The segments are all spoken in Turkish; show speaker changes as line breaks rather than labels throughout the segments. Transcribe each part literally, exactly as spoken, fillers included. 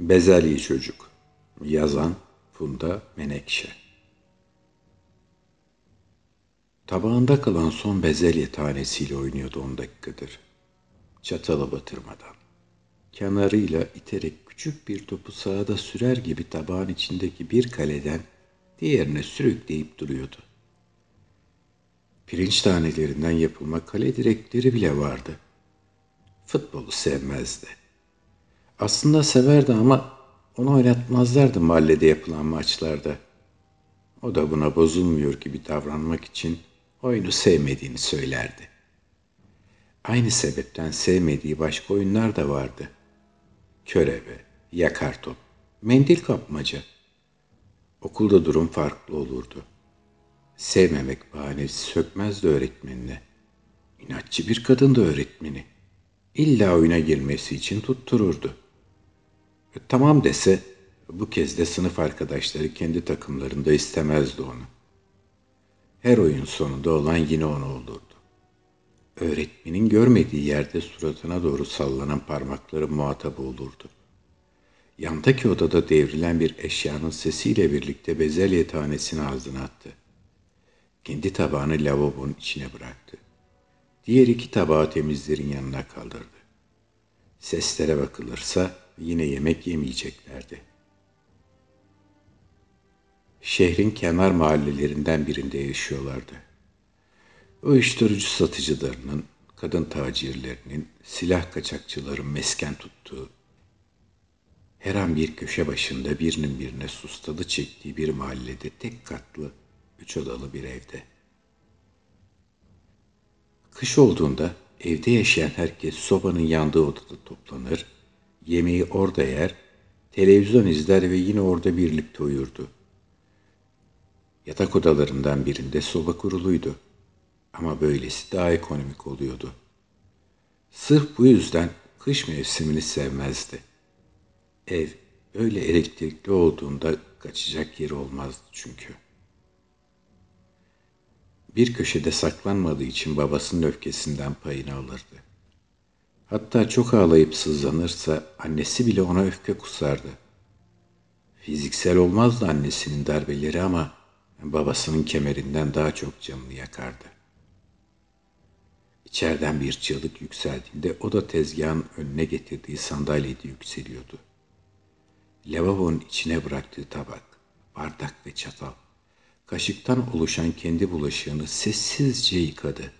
Bezelye Çocuk. Yazan Funda Menekşe. Tabağında kalan son bezelye tanesiyle oynuyordu on dakikadır. Çatalı batırmadan. Kenarıyla iterek küçük bir topu sahada sürer gibi tabağın içindeki bir kaleden diğerine sürükleyip duruyordu. Pirinç tanelerinden yapılma kale direkleri bile vardı. Futbolu sevmezdi. Aslında severdi ama onu oynatmazlardı mahallede yapılan maçlarda. O da buna bozulmuyor gibi davranmak için oyunu sevmediğini söylerdi. Aynı sebepten sevmediği başka oyunlar da vardı. Körebe, yakar top, mendil kapmaca. Okulda durum farklı olurdu. Sevmemek bahanesi sökmezdi öğretmenine. İnatçı bir kadındı öğretmeni. İlla oyuna girmesi için tuttururdu. E, tamam dese bu kez de sınıf arkadaşları kendi takımlarında istemezdi onu. Her oyun sonunda olan yine onu olurdu. Öğretmenin görmediği yerde suratına doğru sallanan parmakları muhatabı olurdu. Yandaki odada devrilen bir eşyanın sesiyle birlikte bezelye tanesini ağzına attı. Kendi tabağını lavabonun içine bıraktı. Diğer iki tabağı temizlerin yanına kaldırdı. Seslere bakılırsa yine yemek yemeyeceklerdi. Şehrin kenar mahallelerinden birinde yaşıyorlardı. Uyuşturucu satıcılarının, kadın tacirlerinin, silah kaçakçıların mesken tuttuğu, her an bir köşe başında birinin birine sustalı çektiği bir mahallede tek katlı, üç odalı bir evde. Kış olduğunda evde yaşayan herkes sobanın yandığı odada toplanır, yemeği orada yer, televizyon izler ve yine orada birlikte uyurdu. Yatak odalarından birinde soba kuruluydu. Ama böylesi daha ekonomik oluyordu. Sırf bu yüzden kış mevsimini sevmezdi. Ev öyle elektrikli olduğunda kaçacak yeri olmazdı çünkü. Bir köşede saklanmadığı için babasının öfkesinden payını alırdı. Hatta çok ağlayıp sızlanırsa annesi bile ona öfke kusardı. Fiziksel olmazdı annesinin darbeleri ama babasının kemerinden daha çok canını yakardı. İçeriden bir çığlık yükseldiğinde o da tezgahın önüne getirdiği sandalyede yükseliyordu. Lavabonun içine bıraktığı tabak, bardak ve çatal, kaşıktan oluşan kendi bulaşığını sessizce yıkadı.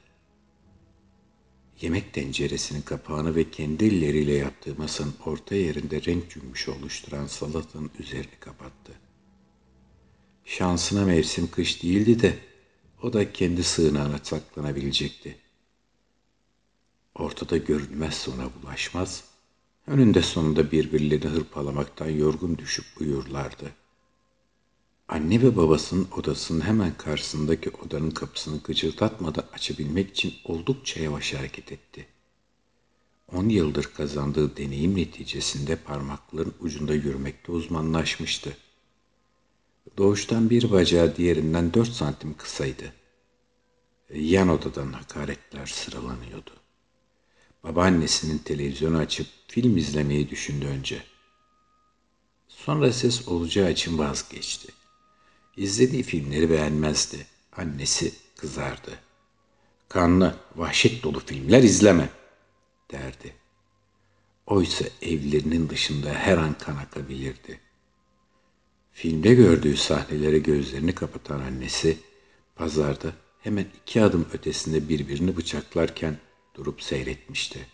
Yemek tenceresinin kapağını ve kendi elleriyle yaptığı masanın orta yerinde renk cümbüşü oluşturan salatanın üzerini kapattı. Şansına mevsim kış değildi de o da kendi sığınağına saklanabilecekti. Ortada görünmezse ona bulaşmaz, önünde sonunda birbirlerini hırpalamaktan yorgun düşüp uyurlardı. Anne ve babasının odasının hemen karşısındaki odanın kapısını gıcırdatmadan açabilmek için oldukça yavaş hareket etti. On yıldır kazandığı deneyim neticesinde parmakların ucunda yürümekte uzmanlaşmıştı. Doğuştan bir bacağı diğerinden dört santim kısaydı. Yan odadan hakaretler sıralanıyordu. Babaannesinin televizyonu açıp film izlemeyi düşündü önce. Sonra ses olacağı için vazgeçti. İzlediği filmleri beğenmezdi. Annesi kızardı. Kanlı, vahşet dolu filmler izleme, derdi. Oysa evlerinin dışında her an kan akabilirdi. Filmde gördüğü sahnelere gözlerini kapatan annesi, pazarda hemen iki adım ötesinde birbirini bıçaklarken durup seyretmişti.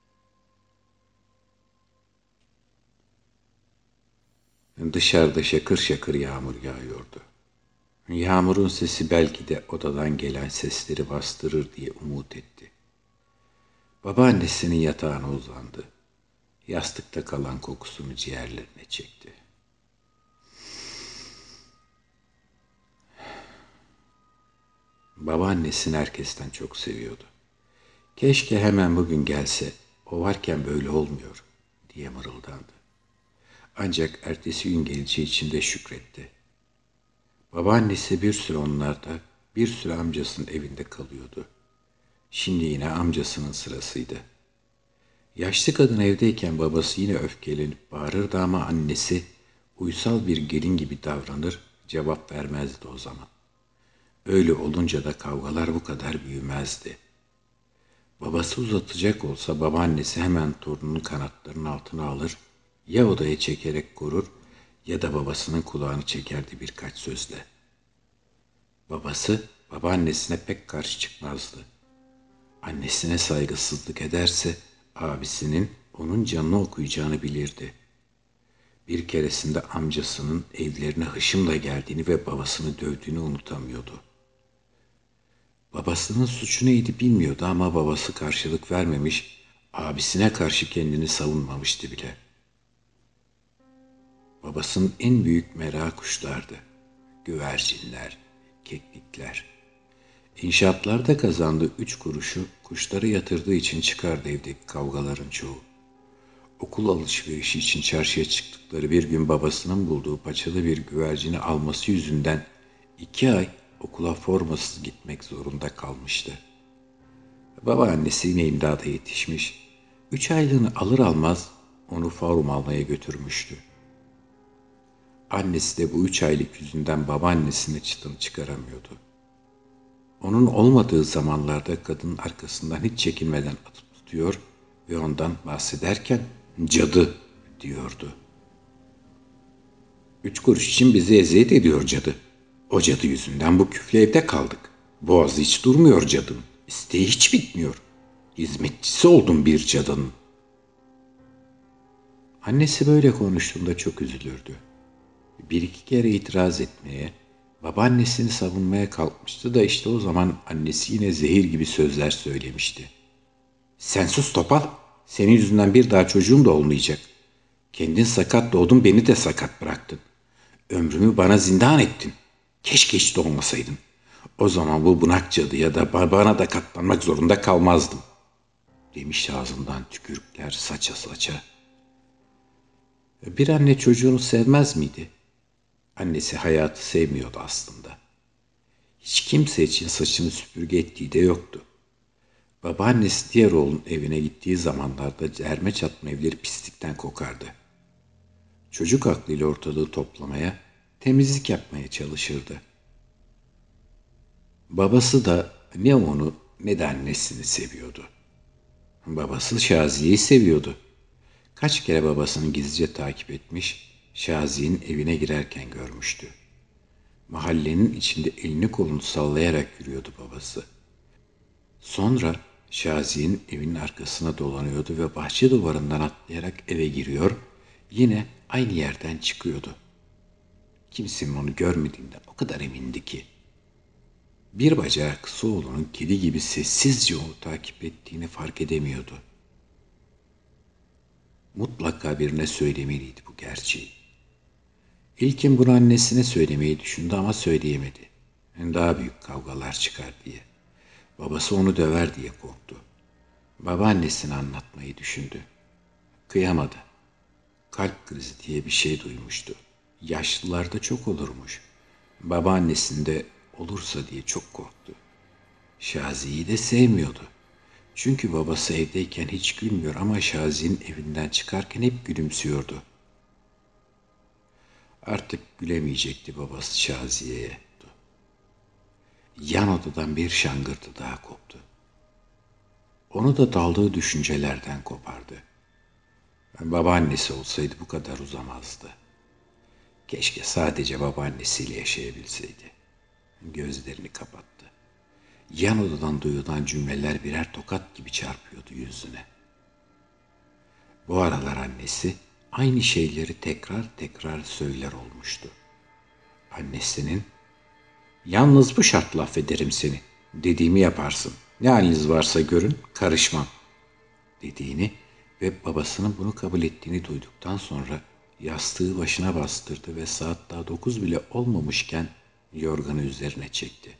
Dışarıda şakır şakır yağmur yağıyordu. Yağmurun sesi belki de odadan gelen sesleri bastırır diye umut etti. Babaannesinin yatağına uzandı. Yastıkta kalan kokusunu ciğerlerine çekti. Babaannesini herkesten çok seviyordu. Keşke hemen bugün gelse, o varken böyle olmuyor diye mırıldandı. Ancak ertesi gün geleceği için de şükretti. Babaannesi bir süre onlarda, bir süre amcasının evinde kalıyordu. Şimdi yine amcasının sırasıydı. Yaşlı kadın evdeyken babası yine öfkelenip bağırırdı ama annesi uysal bir gelin gibi davranır, cevap vermezdi o zaman. Öyle olunca da kavgalar bu kadar büyümezdi. Babası uzatacak olsa babaannesi hemen torununun kanatlarının altına alır, ya odaya çekerek korur ya da babasının kulağını çekerdi birkaç sözle. Babası babaannesine pek karşı çıkmazdı. Annesine saygısızlık ederse abisinin onun canını okuyacağını bilirdi. Bir keresinde amcasının evlerine hışımla geldiğini ve babasını dövdüğünü unutamıyordu. Babasının suçu neydi bilmiyordu ama babası karşılık vermemiş, abisine karşı kendini savunmamıştı bile. Babasının en büyük merakı kuşlardı. Güvercinler, keklikler. İnşaatlarda kazandığı üç kuruşu kuşları yatırdığı için çıkardı evdeki kavgaların çoğu. Okul alışverişi için çarşıya çıktıkları bir gün babasının bulduğu paçalı bir güvercini alması yüzünden iki ay okula formasız gitmek zorunda kalmıştı. Babaannesi yine imdada yetişmiş. Üç aylığını alır almaz onu form almaya götürmüştü. Annesi de bu üç aylık yüzünden babaannesine çıtını çıkaramıyordu. Onun olmadığı zamanlarda kadının arkasından hiç çekinmeden atıp tutuyor ve ondan bahsederken cadı diyordu. Üç kuruş için bizi eziyet ediyor cadı. O cadı yüzünden bu küflü evde kaldık. Boğazı hiç durmuyor cadının. İsteği hiç bitmiyor. Hizmetçisi oldum bir cadının. Annesi böyle konuştuğunda çok üzülürdü. Bir iki kere itiraz etmeye, babaannesini savunmaya kalkmıştı da işte o zaman annesi yine zehir gibi sözler söylemişti. Sen sus topal, senin yüzünden bir daha çocuğum da olmayacak. Kendin sakat doğdun, beni de sakat bıraktın. Ömrümü bana zindan ettin. Keşke hiç doğmasaydın. O zaman bu bunak cadıya da bana da katlanmak zorunda kalmazdım. Demiş ağzından tükürükler saça saça. Bir anne çocuğunu sevmez miydi? Annesi hayatı sevmiyordu aslında. Hiç kimse için saçını süpürge ettiği de yoktu. Babaannesi diğer oğlun evine gittiği zamanlarda derme çatma evleri pislikten kokardı. Çocuk aklıyla ortalığı toplamaya, temizlik yapmaya çalışırdı. Babası da ne onu ne de annesini seviyordu. Babası Şaziye'yi seviyordu. Kaç kere babasını gizlice takip etmiş, Şaziye'nin evine girerken görmüştü. Mahallenin içinde elini kolunu sallayarak yürüyordu babası. Sonra Şaziye'nin evinin arkasına dolanıyordu ve bahçe duvarından atlayarak eve giriyor, yine aynı yerden çıkıyordu. Kimsenin onu görmediğinden o kadar emindi ki. Bir bacağı kısa oğlunun kedi gibi sessizce onu takip ettiğini fark edemiyordu. Mutlaka birine söylemeliydi bu gerçeği. İlkin bunu annesine söylemeyi düşündü ama söyleyemedi. Daha büyük kavgalar çıkar diye. Babası onu döver diye korktu. Babaannesine anlatmayı düşündü. Kıyamadı. Kalp krizi diye bir şey duymuştu. Yaşlılarda çok olurmuş. Babaannesinde olursa diye çok korktu. Şazi'yi de sevmiyordu. Çünkü babası evdeyken hiç gülmüyor ama Şazi'nin evinden çıkarken hep gülümsüyordu. Artık gülemeyecekti babası Şaziye'ye. Yan odadan bir şangırtı daha koptu. Onu da daldığı düşüncelerden kopardı. Babaannesi olsaydı bu kadar uzamazdı. Keşke sadece babaannesiyle yaşayabilseydi. Gözlerini kapattı. Yan odadan duyulan cümleler birer tokat gibi çarpıyordu yüzüne. Bu aralar annesi aynı şeyleri tekrar tekrar söyler olmuştu. Annesinin, "Yalnız bu şartla affederim seni. Dediğimi yaparsın. Ne haliniz varsa görün, karışmam." dediğini ve babasının bunu kabul ettiğini duyduktan sonra yastığı başına bastırdı ve saat daha dokuz bile olmamışken yorganı üzerine çekti.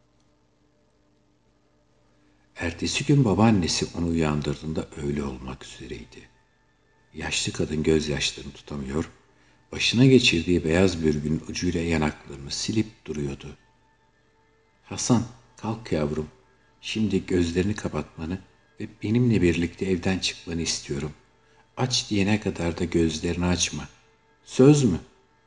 Ertesi gün babaannesi onu uyandırdığında öğle olmak üzereydi. Yaşlı kadın gözyaşlarını tutamıyor, başına geçirdiği beyaz bürgünün ucuyla yanaklarını silip duruyordu. "Hasan, kalk yavrum, şimdi gözlerini kapatmanı, ve benimle birlikte evden çıkmanı istiyorum. Aç diyene kadar da gözlerini açma. Söz mü?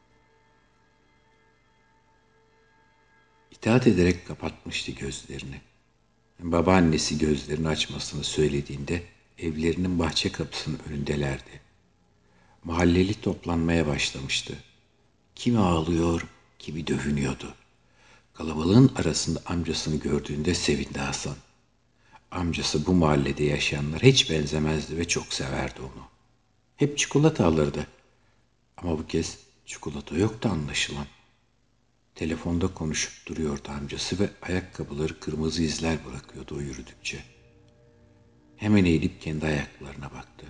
İtaat ederek kapatmıştı gözlerini. Babaannesi gözlerini açmasını söylediğinde evlerinin bahçe kapısının önündelerdi. Mahalleli toplanmaya başlamıştı. Kimi ağlıyor, kimi dövünüyordu. Kalabalığın arasında amcasını gördüğünde sevindi Hasan. Amcası bu mahallede yaşayanlar hiç benzemezdi ve çok severdi onu. Hep çikolata alırdı. Ama bu kez çikolata yoktu anlaşılan. Telefonda konuşup duruyordu amcası ve ayakkabıları kırmızı izler bırakıyordu o yürüdükçe. Hemen eğilip kendi ayaklarına baktı.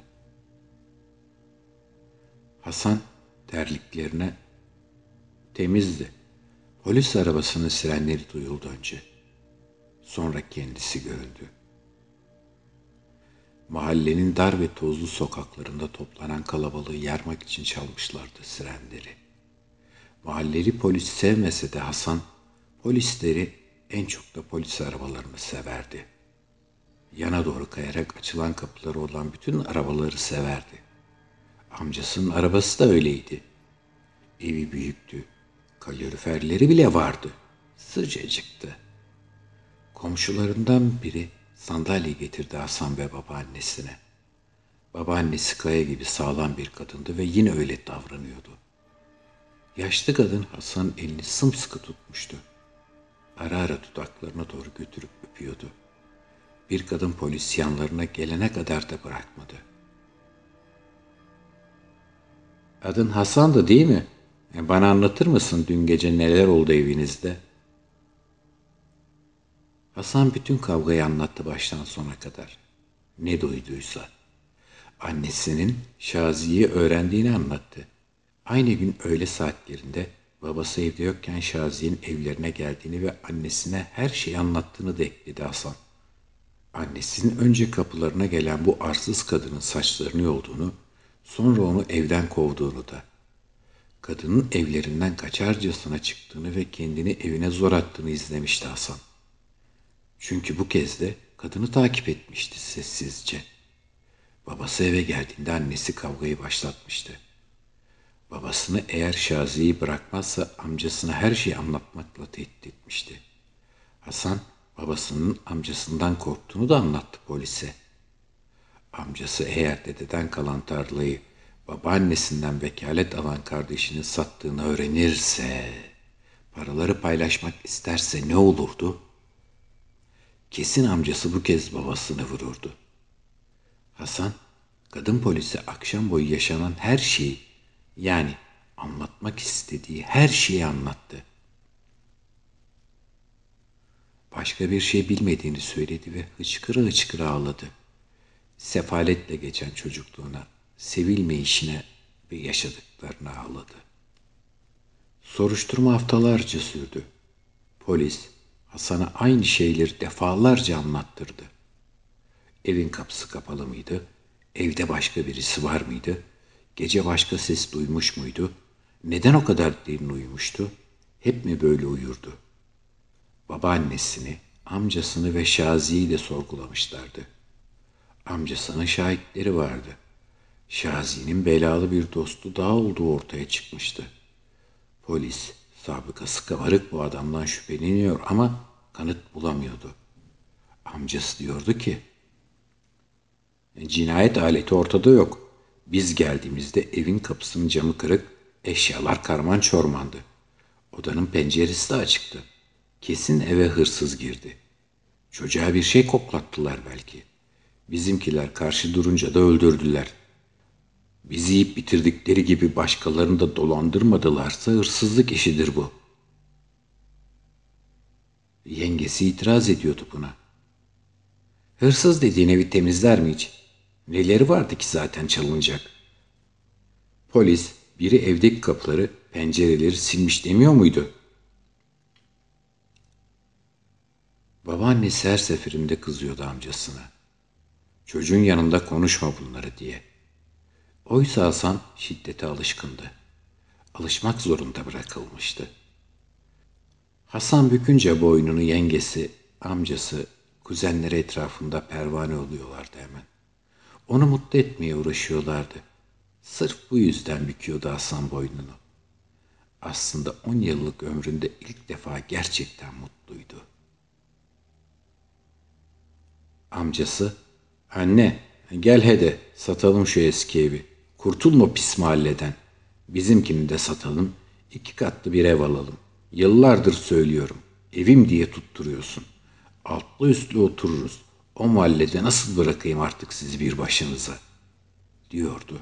Hasan terliklerine temizdi. Polis arabasının sirenleri duyuldu önce. Sonra kendisi görüldü. Mahallenin dar ve tozlu sokaklarında toplanan kalabalığı yarmak için çalmışlardı sirenleri. Mahalleli polis sevmese de Hasan, polisleri en çok da polis arabalarını severdi. Yana doğru kayarak açılan kapıları olan bütün arabaları severdi. Amcasının arabası da öyleydi. Evi büyüktü. Kaloriferleri bile vardı. Sıcacıktı. Komşularından biri sandalye getirdi Hasan ve babaannesine. Babaannesi kaya gibi sağlam bir kadındı ve yine öyle davranıyordu. Yaşlı kadın Hasan'ın elini sımsıkı tutmuştu. Ara ara dudaklarına doğru götürüp öpüyordu. Bir kadın polis yanlarına gelene kadar da bırakmadı. Adın Hasan'dı değil mi? Bana anlatır mısın dün gece neler oldu evinizde? Hasan bütün kavgayı anlattı baştan sona kadar. Ne duyduysa. Annesinin Şazi'yi öğrendiğini anlattı. Aynı gün öğle saatlerinde babası evde yokken Şazi'nin evlerine geldiğini ve annesine her şeyi anlattığını da ekledi Hasan. Annesinin önce kapılarına gelen bu arsız kadının saçlarını yolduğunu, sonra onu evden kovduğunu da. Kadının evlerinden kaçarcasına çıktığını ve kendini evine zor attığını izlemişti Hasan. Çünkü bu kez de kadını takip etmişti sessizce. Babası eve geldiğinde annesi kavgayı başlatmıştı. Babasını eğer Şazi'yi bırakmazsa amcasına her şeyi anlatmakla tehdit etmişti. Hasan babasının amcasından korktuğunu da anlattı polise. Amcası eğer dededen kalan tarlayı babaannesinden vekalet alan kardeşinin sattığını öğrenirse, paraları paylaşmak isterse ne olurdu? Kesin amcası bu kez babasını vururdu. Hasan, kadın polise akşam boyu yaşanan her şeyi, yani anlatmak istediği her şeyi anlattı. Başka bir şey bilmediğini söyledi ve hıçkıra hıçkıra ağladı. Sefaletle geçen çocukluğuna, sevilmeyişine ve yaşadıklarına ağladı. Soruşturma haftalarca sürdü. Polis Hasan'a aynı şeyleri defalarca anlattırdı. Evin kapısı kapalı mıydı? Evde başka birisi var mıydı? Gece başka ses duymuş muydu? Neden o kadar derin uyumuştu? Hep mi böyle uyurdu? Babaannesini, amcasını ve Şazi'yi de sorgulamışlardı. Amcasının şahitleri vardı. Şazi'nin belalı bir dostu daha olduğu ortaya çıkmıştı. Polis, sabıkası kabarık bu adamdan şüpheleniyor ama kanıt bulamıyordu. Amcası diyordu ki, cinayet aleti ortada yok. Biz geldiğimizde evin kapısının camı kırık, eşyalar karman çormandı. Odanın penceresi de açıktı. Kesin eve hırsız girdi. Çocuğa bir şey koklattılar belki. Bizimkiler karşı durunca da öldürdüler. Bizi yiyip bitirdikleri gibi başkalarını da dolandırmadılarsa hırsızlık işidir bu. Yengesi itiraz ediyordu buna. Hırsız dediğin evi temizler mi hiç? Neleri vardı ki zaten çalınacak? Polis biri evdeki kapıları, pencereleri silmiş demiyor muydu? Babaannesi her seferinde kızıyordu amcasına. Çocuğun yanında konuşma bunları diye. Oysa Hasan şiddete alışkındı. Alışmak zorunda bırakılmıştı. Hasan bükünce boynunu yengesi, amcası Kuzenleri etrafında pervane oluyorlardı hemen. Onu mutlu etmeye uğraşıyorlardı. Sırf bu yüzden büküyordu Hasan boynunu. Aslında on yıllık ömründe ilk defa gerçekten mutluydu. Amcası, "Anne, gel hadi satalım şu eski evi. Kurtulma pis mahalleden. Bizimkini de satalım, iki katlı bir ev alalım. Yıllardır söylüyorum, evim diye tutturuyorsun. Altlı üstlü otururuz. O mahallede nasıl bırakayım artık sizi bir başınıza?" diyordu.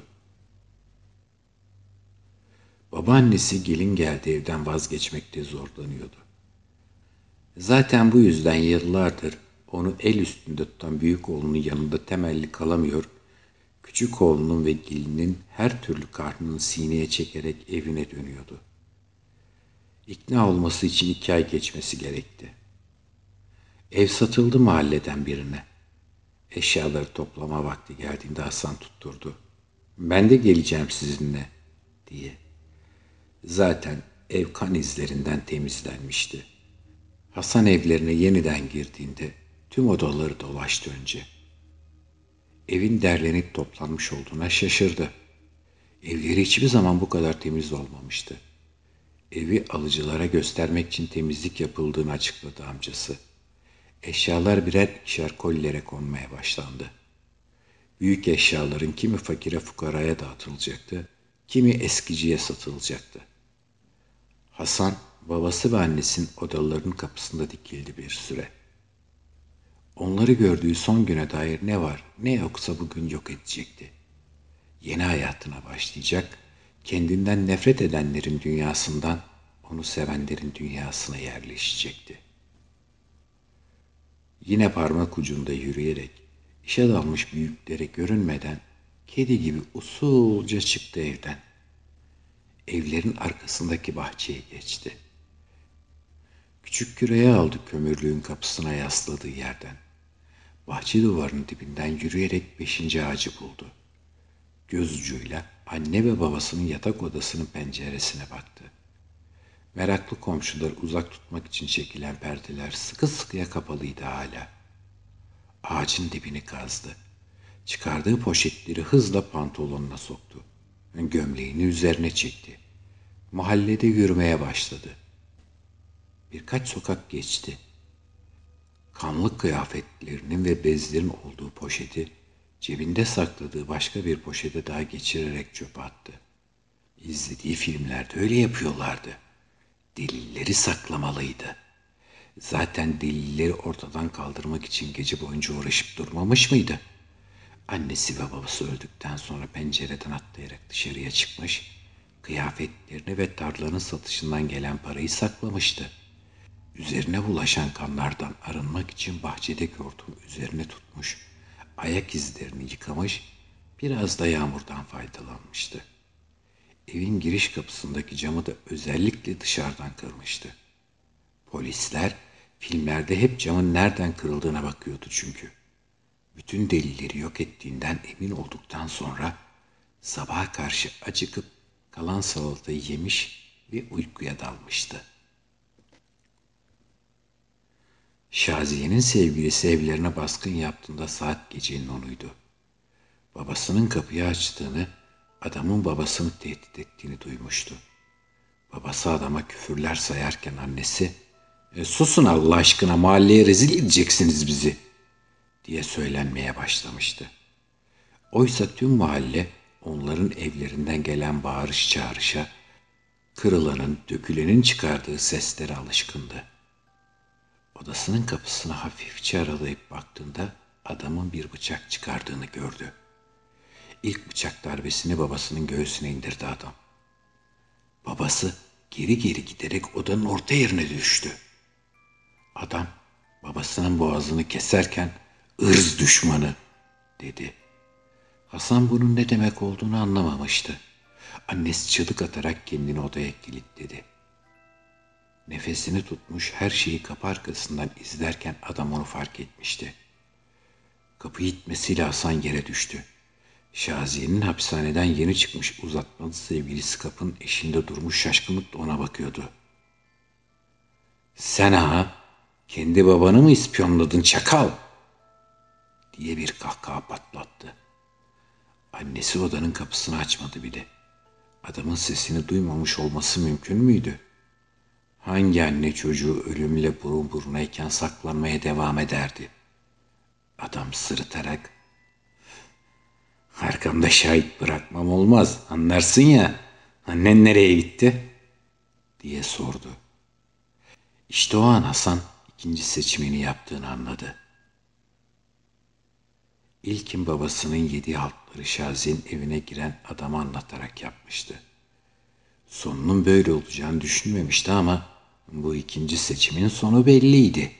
Babaannesi gelin geldi evden vazgeçmekte zorlanıyordu. Zaten bu yüzden yıllardır onu el üstünde tutan büyük oğlunun yanında temelli kalamıyor, küçük oğlunun ve gelinin her türlü karnını sineye çekerek evine dönüyordu. İkna olması için iki ay geçmesi gerekti. Ev satıldı mahalleden birine. Eşyaları toplama vakti geldiğinde Hasan tutturdu. "Ben de geleceğim sizinle," diye. Zaten ev kan izlerinden temizlenmişti. Hasan evlerine yeniden girdiğinde tüm odaları dolaştı önce. Evin derlenip toplanmış olduğuna şaşırdı. Evleri hiçbir zaman bu kadar temiz olmamıştı. Evi alıcılara göstermek için temizlik yapıldığını açıkladı amcası. Eşyalar birer ikişer kolilere konmaya başlandı. Büyük eşyaların kimi fakire fukaraya dağıtılacaktı, kimi eskiciye satılacaktı. Hasan, babası ve annesinin odalarının kapısında dikildi bir süre. Onları gördüğü son güne dair ne var ne yoksa bugün yok edecekti. Yeni hayatına başlayacak, kendinden nefret edenlerin dünyasından onu sevenlerin dünyasına yerleşecekti. Yine parmak ucunda yürüyerek işe dalmış büyüklere görünmeden kedi gibi usulca çıktı evden. Evlerin arkasındaki bahçeye geçti. Küçük küreği aldı kömürlüğün kapısına yasladığı yerden. Bahçe duvarının dibinden yürüyerek beşinci ağacı buldu. Göz ucuyla anne ve babasının yatak odasının penceresine baktı. Meraklı komşuları uzak tutmak için çekilen perdeler sıkı sıkıya kapalıydı hala. Ağacın dibini kazdı. Çıkardığı poşetleri hızla pantolonuna soktu. Gömleğini üzerine çekti. Mahallede yürümeye başladı. Birkaç sokak geçti. Kanlı kıyafetlerinin ve bezlerin olduğu poşeti cebinde sakladığı başka bir poşete daha geçirerek çöpe attı. İzlediği filmlerde öyle yapıyorlardı. Delilleri saklamalıydı. Zaten delilleri ortadan kaldırmak için gece boyunca uğraşıp durmamış mıydı? Annesi ve babası öldükten sonra pencereden atlayarak dışarıya çıkmış, kıyafetlerini ve tarlanın satışından gelen parayı saklamıştı. Üzerine bulaşan kanlardan arınmak için bahçedeki hortumu üzerine tutmuş, ayak izlerini yıkamış, biraz da yağmurdan faydalanmıştı. Evin giriş kapısındaki camı da özellikle dışarıdan kırmıştı. Polisler filmlerde hep camın nereden kırıldığına bakıyordu çünkü. Bütün delilleri yok ettiğinden emin olduktan sonra sabaha karşı acıkıp kalan salatayı yemiş ve uykuya dalmıştı. Şaziye'nin sevgilisi evlerine baskın yaptığında saat gecenin onuydu. Babasının kapıyı açtığını, adamın babasını tehdit ettiğini duymuştu. Babası adama küfürler sayarken annesi, e, "Susun Allah aşkına, mahalleye rezil edeceksiniz bizi," diye söylenmeye başlamıştı. Oysa tüm mahalle onların evlerinden gelen bağırış çağrışa, kırılanın, dökülenin çıkardığı seslere alışkındı. Odasının kapısına hafifçe aralayıp baktığında adamın bir bıçak çıkardığını gördü. İlk bıçak darbesini babasının göğsüne indirdi adam. Babası geri geri giderek odanın orta yerine düştü. Adam babasının boğazını keserken "Irz düşmanı," dedi. Hasan bunun ne demek olduğunu anlamamıştı. Annesi çığlık atarak kendini odaya kilitledi. Nefesini tutmuş, her şeyi kapı arkasından izlerken adam onu fark etmişti. Kapıyı itmesiyle Hasan yere düştü. Şaziye'nin hapishaneden yeni çıkmış uzatmalı sevgilisi kapının eşiğinde durmuş şaşkınlıkla ona bakıyordu. "Sen ha?" Kendi babanı mı ispiyonladın çakal? Diye bir kahkaha patlattı. Annesi odanın kapısını açmadı bile. Adamın sesini duymamış olması mümkün müydü? Hangi anne çocuğu ölümle burun burunayken saklanmaya devam ederdi? Adam sırıtarak, arkamda şahit bırakmam olmaz, anlarsın ya, annen nereye gitti? Diye sordu. İşte o an Hasan ikinci seçimini yaptığını anladı. İlkin babasının yediği haltları Şazi'nin evine giren adamı anlatarak yapmıştı. Sonunun böyle olacağını düşünmemişti ama bu ikinci seçimin sonu belliydi.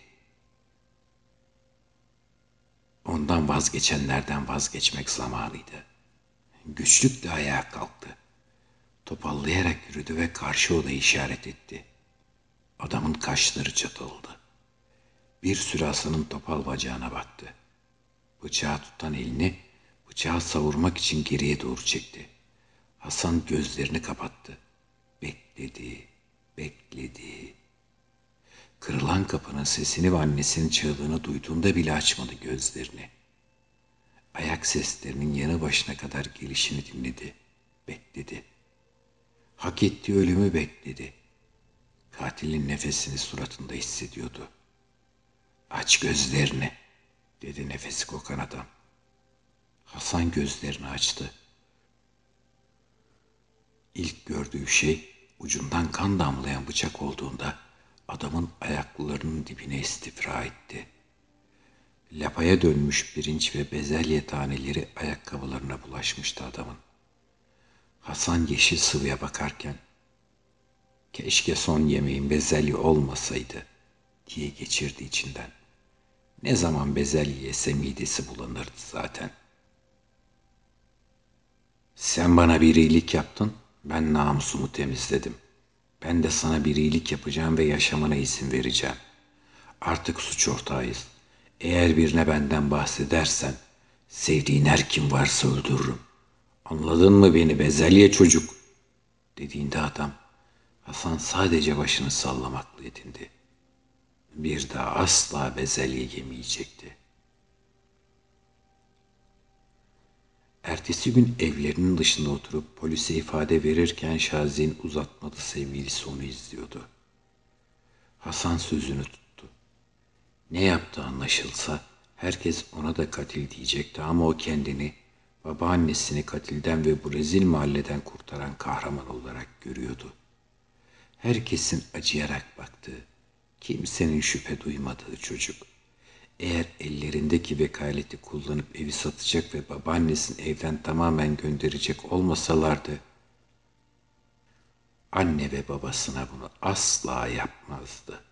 Ondan vazgeçenlerden vazgeçmek zamanıydı. Güçlük de ayağa kalktı. Topallayarak yürüdü ve karşı odayı işaret etti. Adamın kaşları çatıldı. Bir süre Hasan'ın topal bacağına baktı. Bıçağı tutan elini bıçağı savurmak için geriye doğru çekti. Hasan gözlerini kapattı. Bekledi, bekledi. Kırılan kapının sesini ve annesinin çığlığını duyduğunda bile açmadı gözlerini. Ayak seslerinin yanı başına kadar gelişini dinledi. Bekledi. Hak ettiği ölümü bekledi. Katilin nefesini suratında hissediyordu. Aç gözlerini, dedi nefesi kokan adam. Hasan gözlerini açtı. İlk gördüğü şey ucundan kan damlayan bıçak olduğunda adamın ayaklarının dibine istifra etti. Lapaya dönmüş pirinç ve bezelye taneleri ayakkabılarına bulaşmıştı adamın. Hasan yeşil sıvıya bakarken, keşke son yemeğin bezelye olmasaydı diye geçirdi içinden. Ne zaman bezelye yese midesi bulanırdı zaten. Sen bana bir iyilik yaptın, ben namusumu temizledim. Ben de sana bir iyilik yapacağım ve yaşamana izin vereceğim. Artık suç ortağıyız. Eğer birine benden bahsedersen, sevdiğin her kim varsa öldürürüm. Anladın mı beni bezelye çocuk? Dediğinde adam, Hasan sadece başını sallamakla yetindi. Bir daha asla bezelye yemeyecekti. Ertesi gün evlerinin dışında oturup polise ifade verirken Şazi'nin uzatmadı sevgilisi onu izliyordu. Hasan sözünü tuttu. Ne yaptığı anlaşılsa herkes ona da katil diyecekti ama o kendini babaannesini katilden ve bu rezil mahalleden kurtaran kahraman olarak görüyordu. Herkesin acıyarak baktığı, kimsenin şüphe duymadığı çocuk. Eğer ellerindeki vekaleti kullanıp evi satacak ve babaannesini evden tamamen gönderecek olmasalardı, anne ve babasına bunu asla yapmazdı.